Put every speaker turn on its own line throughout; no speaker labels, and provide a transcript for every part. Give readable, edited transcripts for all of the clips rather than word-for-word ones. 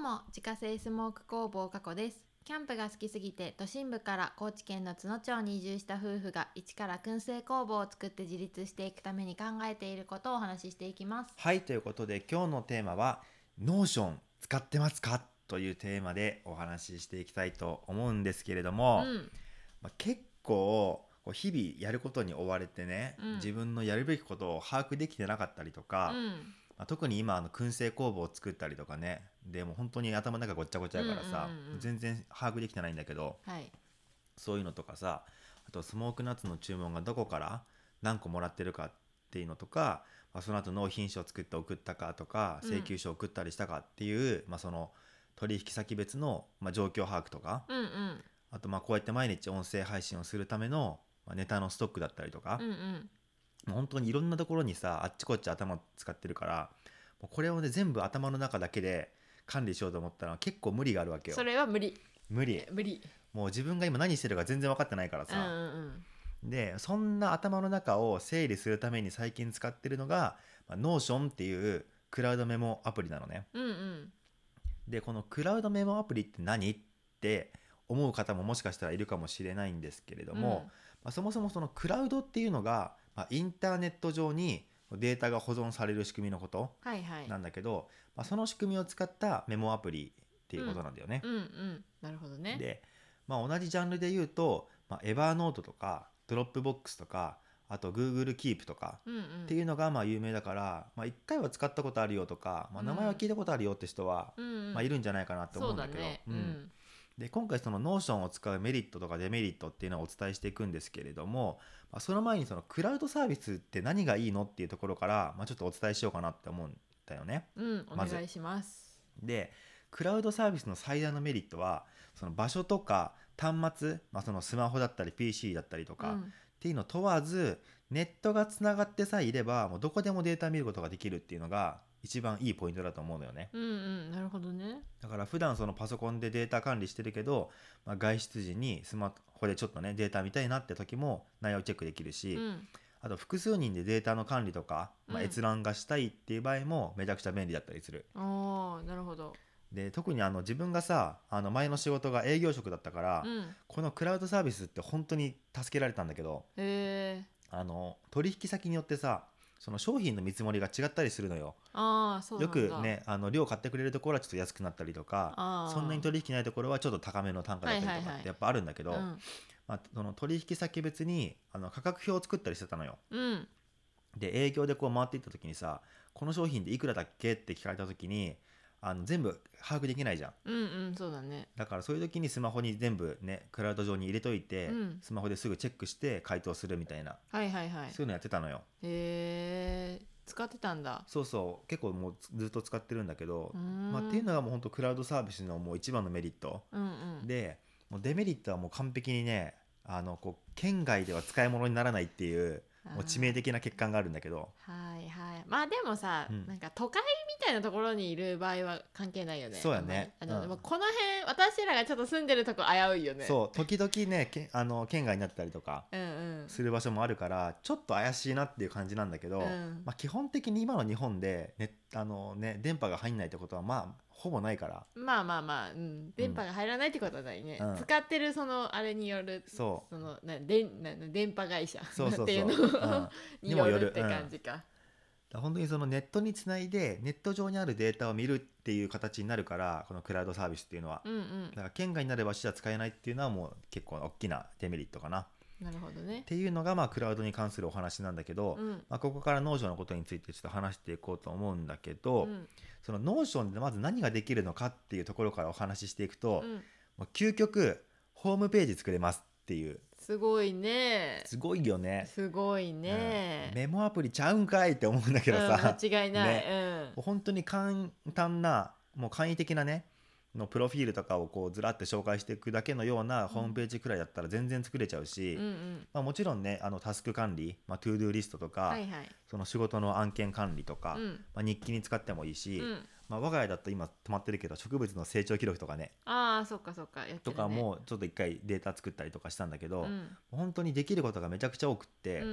も自家製スモーク工房加古です。キャンプが好きすぎて都心部から高知県の津野町に移住した夫婦が一から燻製工房を作って自立していくために考えていることをお話ししていきます。
はい、ということで今日のテーマはノーション使ってますかというテーマでお話ししていきたいと思うんですけれども、結構日々やることに追われてね、自分のやるべきことを把握できてなかったりとか、特に今燻製工房を作ったりとかね、でも本当に頭の中ごっちゃごちゃやからさ、全然把握できてないんだけど、そういうのとかさ、あとスモークナッツの注文がどこから何個もらってるかっていうのとか、その後納品書を作って送ったかとか、請求書を送ったりしたかっていう、その取引先別の、状況把握とか、あとこうやって毎日音声配信をするための、ネタのストックだったりとか、本当にいろんなところにさあっちこっち頭使ってるから、もうこれをね全部頭の中だけで管理しようと思ったら結構無理があるわけよ。
それは無理。
もう自分が今何してるか全然分かってないからさ、でそんな頭の中を整理するために最近使ってるのが、Notion っていうクラウドメモアプリなのね。でこのクラウドメモアプリって何って思う方ももしかしたらいるかもしれないんですけれども、そもそもそのクラウドっていうのが、インターネット上にデータが保存される仕組みのことなんだけど、その仕組みを使ったメモアプリっていうことなんだよね。
なるほどね。
で、同じジャンルで言うと、エバーノートとかドロップボックスとか、あと Google Keep とかっていうのが有名だから、1回は使ったことあるよとか、名前は聞いたことあるよって人は、いるんじゃないかなって思うんだけど、で今回その Notion を使うメリットとかデメリットっていうのをお伝えしていくんですけれども、その前にそのクラウドサービスって何がいいのっていうところから、ちょっとお伝えしようかなって思うんだよね。
お願いします。
でクラウドサービスの最大のメリットはその場所とか端末、そのスマホだったり PC だったりとか、っていうのを問わずネットがつながってさえいればもうどこでもデータ見ることができるっていうのが一番いいポイントだと思うのよね。
なるほどね。
だから普段そのパソコンでデータ管理してるけど、外出時にスマホでちょっとねデータ見たいなって時も内容チェックできるし、あと複数人でデータの管理とか、閲覧がしたいっていう場合もめちゃくちゃ便利だったりする。
なるほど。
で特に自分がさ前の仕事が営業職だったから、このクラウドサービスって本当に助けられたんだけど、取引先によってさその商品の見積もりが違ったりするのよ。
そうなんだ。
よくね量買ってくれるところはちょっと安くなったりとか、そんなに取引ないところはちょっと高めの単価だったりとかってやっぱあるんだけど、その取引先別に価格表を作ったりしてたのよ。で営業でこう回っていった時にさこの商品でいくらだっけって聞かれた時に全部把握できないじゃん。
そうだね。
だからそういう時にスマホに全部ねクラウド上に入れといて、スマホですぐチェックして回答するみたいな、そういうのやってたのよ。
使ってたんだ。
そう結構もうずっと使ってるんだけど、っていうのがもう本当クラウドサービスのもう一番のメリット、でもうデメリットはもう完璧にねこう県外では使い物にならないっていうもう致命的な欠陥があるんだけど、
でもさ、なんか都会みたいなところにいる場合は関係ないよね。
そうやね。
でもこの辺私らがちょっと住んでるとこ危ういよね。
そう時々ね県外になったりとかする場所もあるからちょっと怪しいなっていう感じなんだけど、基本的に今の日本で、電波が入んないってことはほぼないから。
電波が入らないってことはないね。使ってるそのあれによる、その電波会社っていうのによるって感じか。
本当にそのネットにつないでネット上にあるデータを見るっていう形になるからこのクラウドサービスっていうのは、だから県外になる場所じゃ使えないっていうのはもう結構大きなデメリットかな。
なるほどね。
っていうのがクラウドに関するお話なんだけど、ここからノーションのことについてちょっと話していこうと思うんだけど、そのノーションでまず何ができるのかっていうところからお話ししていくと、もう究極ホームページ作れますっていう。
すごいね。
すごいよね。
すごいね、
メモアプリちゃうんかいって思うんだけどさ、
間違いない、
本当に簡単なもう簡易的なねのプロフィールとかをこうずらって紹介していくだけのようなホームページくらいだったら全然作れちゃうし、もちろんねタスク管理、トゥードゥーリストとか、その仕事の案件管理とか、日記に使ってもいいし、我が家だと今止まってるけど植物の成長記録とかね、
そっかやってるね、
とかもちょっと一回データ作ったりとかしたんだけど、本当にできることがめちゃくちゃ多くって、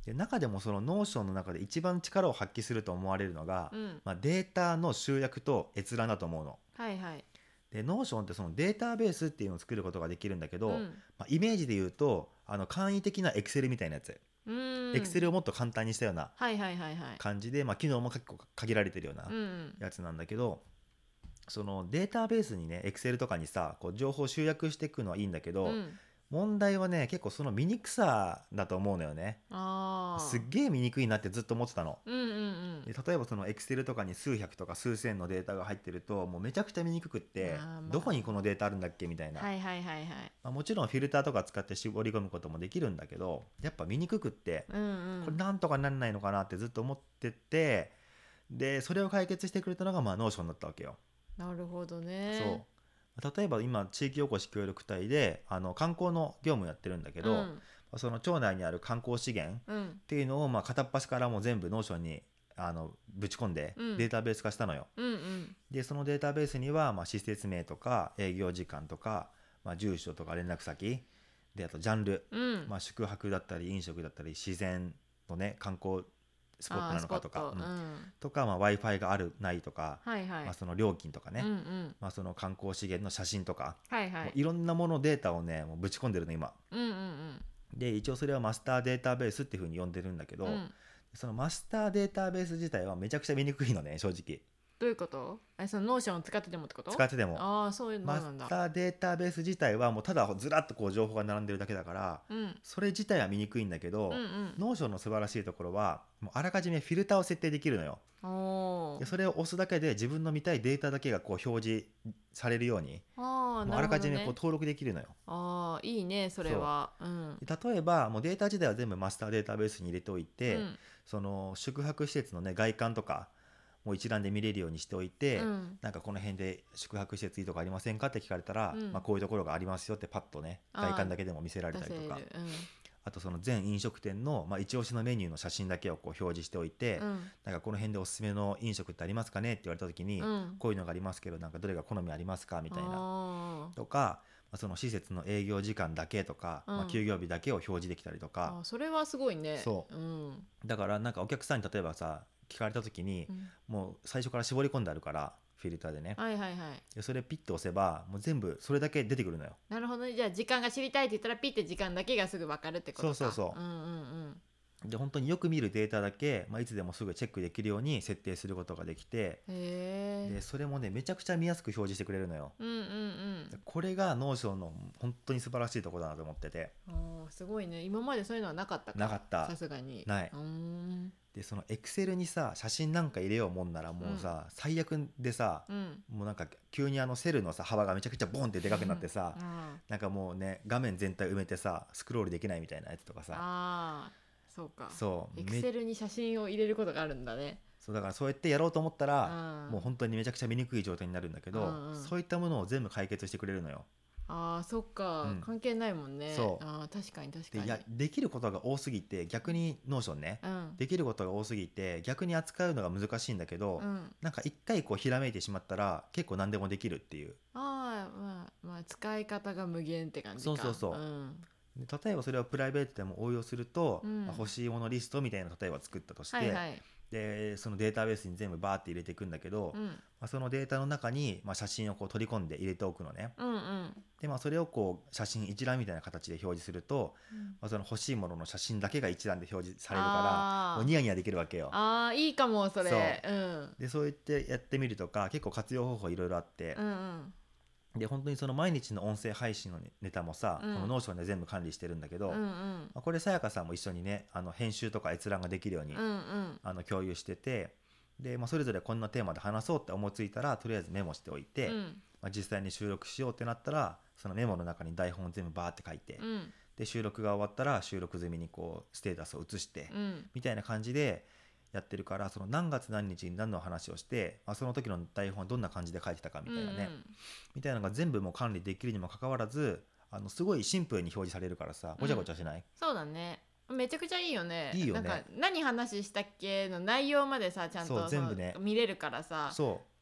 で中でもそのノーションの中で一番力を発揮すると思われるのが、
うん
データの集約と閲覧だと思うの。
はいはい。
でノーションってそのデータベースっていうのを作ることができるんだけど、
うん
イメージで言うと簡易的なエクセルみたいなやつ、エクセルをもっと簡単にしたような
はいはいはいはい。
感じで、機能も結構限られてるようなやつなんだけど、そのデータベースにねエクセルとかにさこう情報を集約していくのはいいんだけど、問題はね結構その見にくさだと思うのよね。すっげえ見にくいなってずっと思ってたの。で例えばそのエクセルとかに数百とか数千のデータが入ってるともうめちゃくちゃ見にくくって、どこにこのデータあるんだっけみたいな、もちろんフィルターとか使って絞り込むこともできるんだけどやっぱ見にくくって、これなんとかなんないのかなってずっと思ってて、でそれを解決してくれたのがノーションだったわけよ。
なるほどね。
そう例えば今地域おこし協力隊で観光の業務やってるんだけど、その町内にある観光資源っていうのを片っ端からもう全部ノーションにぶち込んでデータベース化したのよ。でそのデータベースには施設名とか営業時間とか、住所とか連絡先で、あとジャンル、宿泊だったり飲食だったり自然のね観光スポットなのかとか、とかWi-Fi があるないとか、その料金とかね、その観光資源の写真とか、いろんなものデータをねもうぶち込んでるの今。で一応それはマスターデータベースっていう風に呼んでるんだけど、そのマスターデータベース自体はめちゃくちゃ見にくいのね正直。
どういうこと？そのノーションを使っててもってこと？
使ってても。
ああ、そういうのなんだ。
マスターデータベース自体はもうただずらっとこう情報が並んでるだけだから、それ自体は見にくいんだけど、ノーションの素晴らしいところはもうあらかじめフィルターを設定できるのよ。でそれを押すだけで自分の見たいデータだけがこう表示されるようにあらかじめこう登録できるのよ。
ああ、いいねそれは。
例えばもうデータ自体は全部マスターデータベースに入れておいて、その宿泊施設のね外観とかもう一覧で見れるようにしておいて、なんかこの辺で宿泊施設いいとこありませんかって聞かれたら、こういうところがありますよってパッとね外観だけでも見せられたりとか、あとその全飲食店の、一押しのメニューの写真だけをこう表示しておいて、なんかこの辺でおすすめの飲食ってありますかねって言われた時に、こういうのがありますけどなんかどれが好みありますかみたいなとか、その施設の営業時間だけとか、休業日だけを表示できたりとか。
それはすごいね。
そう、だからなんかお客さんに例えばさ聞かれた時に、もう最初から絞り込んであるからフィルターでね、でそれピッと押せばもう全部それだけ出てくるのよ。
なるほどね。じゃあ時間が知りたいって言ったらピッて時間だけがすぐ分かるってことか。で
本当によく見るデータだけ、いつでもすぐチェックできるように設定することができて、でそれもねめちゃくちゃ見やすく表示してくれるのよ。これがノーションの本当に素晴らしいところだなと思ってて。
すごいね。今までそういうのはなかったか。
なかった。
さすがに
ない。でそのエクセルにさ写真なんか入れようもんならもうさ、最悪でさ、もうなんか急にセルのさ幅がめちゃくちゃボンってでかくなってさ、なんかもうね画面全体埋めてさスクロールできないみたいなやつとかさ。
そうか。
そう
エクセルに写真を入れることがあるんだね。
そうだからそうやってやろうと思ったら、もう本当にめちゃくちゃ見にくい状態になるんだけど、そういったものを全部解決してくれるのよ。
そっか、関係ないもんね。確かに確かに。
できることが多すぎて逆にノーションね、できることが多すぎて逆に扱うのが難しいんだけど、なんか一回こうひらめいてしまったら結構何でもできるっていう。
使い方が無限って感じか。
そう、例えばそれをプライベートでも応用すると、欲しいものリストみたいな例えば作ったとして、でそのデータベースに全部バーって入れていくんだけど、そのデータの中に、写真をこう取り込んで入れておくのね。でそれをこう写真一覧みたいな形で表示すると、その欲しいものの写真だけが一覧で表示されるからもうニヤニヤできるわけよ。
いいかもそれ。
そうやってやってみるとか結構活用方法いろいろあって、で本当にその毎日の音声配信のネタもさ、このノーションで全部管理してるんだけど、これさやかさんも一緒にね編集とか閲覧ができるように、共有してて、で、それぞれこんなテーマで話そうって思いついたらとりあえずメモしておいて、実際に収録しようってなったらそのメモの中に台本を全部バーって書いて、で収録が終わったら収録済みにこうステータスを移して、みたいな感じでやってるから、その何月何日に何の話をして、その時の台本はどんな感じで書いてたかみたいなね、みたいなのが全部もう管理できるにもかかわらずすごいシンプルに表示されるからさごちゃごちゃしない？
そうだね。めちゃくちゃいいよね。
いいよね。
なんか何話したっけの内容までさちゃんと
全部ね
見れるからさ。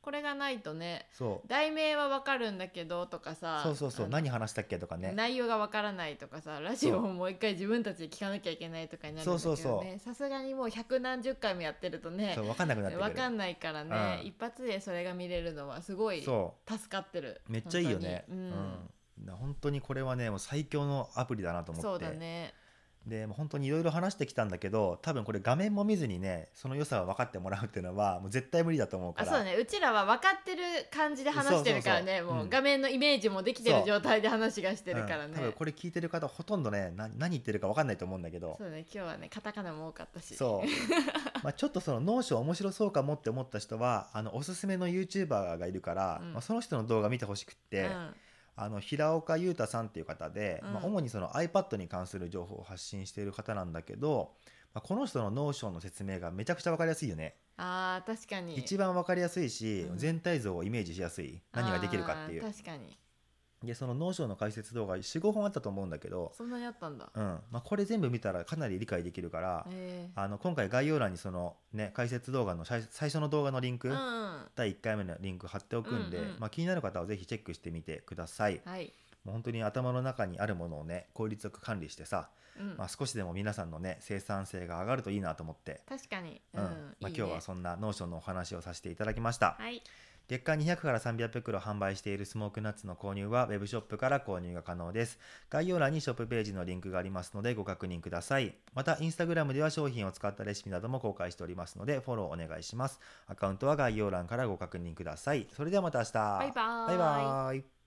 これがないとね、
そう
題名はわかるんだけどとかさ、
何話したっけとかね、
内容がわからないとかさ、ラジオをもう一回自分たちで聞かなきゃいけないとかになるんだけどね、さすがにもう百何十回もやってるとね、
分かんなくなってくる、
分かんないからね、一発でそれが見れるのはすごい助かってる。
めっちゃいいよね。本当にこれはねもう最強のアプリだなと思って。
そうだね。
でもう本当にいろいろ話してきたんだけど、多分これ画面も見ずにねその良さを分かってもらうっていうのはもう絶対無理だと思うから。
そうね、うちらは分かってる感じで話してるからね、もう画面のイメージもできてる状態で話がしてるからね、
多分これ聞いてる方ほとんどね何言ってるか分かんないと思うんだけど。
そうね、今日はねカタカナも多かったし、
そうちょっとそのノーション面白そうかもって思った人はおすすめの YouTuber がいるから、その人の動画見てほしくって、平岡裕太さんっていう方で、主にその iPad に関する情報を発信している方なんだけど、この人のノーションの説明がめちゃくちゃ分かりやすいよね。
確かに
一番分かりやすいし、全体像をイメージしやすい、何ができるかっていう。
確かに。
でそのノーションの解説動画 4,5 本あったと思うんだけど、
そんなにあったんだ。
これ全部見たらかなり理解できるから、今回概要欄にそのね解説動画の最初の動画のリンク、第1回目のリンク貼っておくんで、気になる方はぜひチェックしてみてください。もう本当に頭の中にあるものをね効率よく管理してさ、少しでも皆さんのね生産性が上がるといいなと思って。
確かに、
今日はそんなノーションのお話をさせていただきました。月間200から300袋販売しているスモークナッツの購入はウェブショップから購入が可能です。概要欄にショップページのリンクがありますのでご確認ください。またインスタグラムでは商品を使ったレシピなども公開しておりますのでフォローお願いします。アカウントは概要欄からご確認ください。それではまた明日。
バイバーイ。
バイバーイ。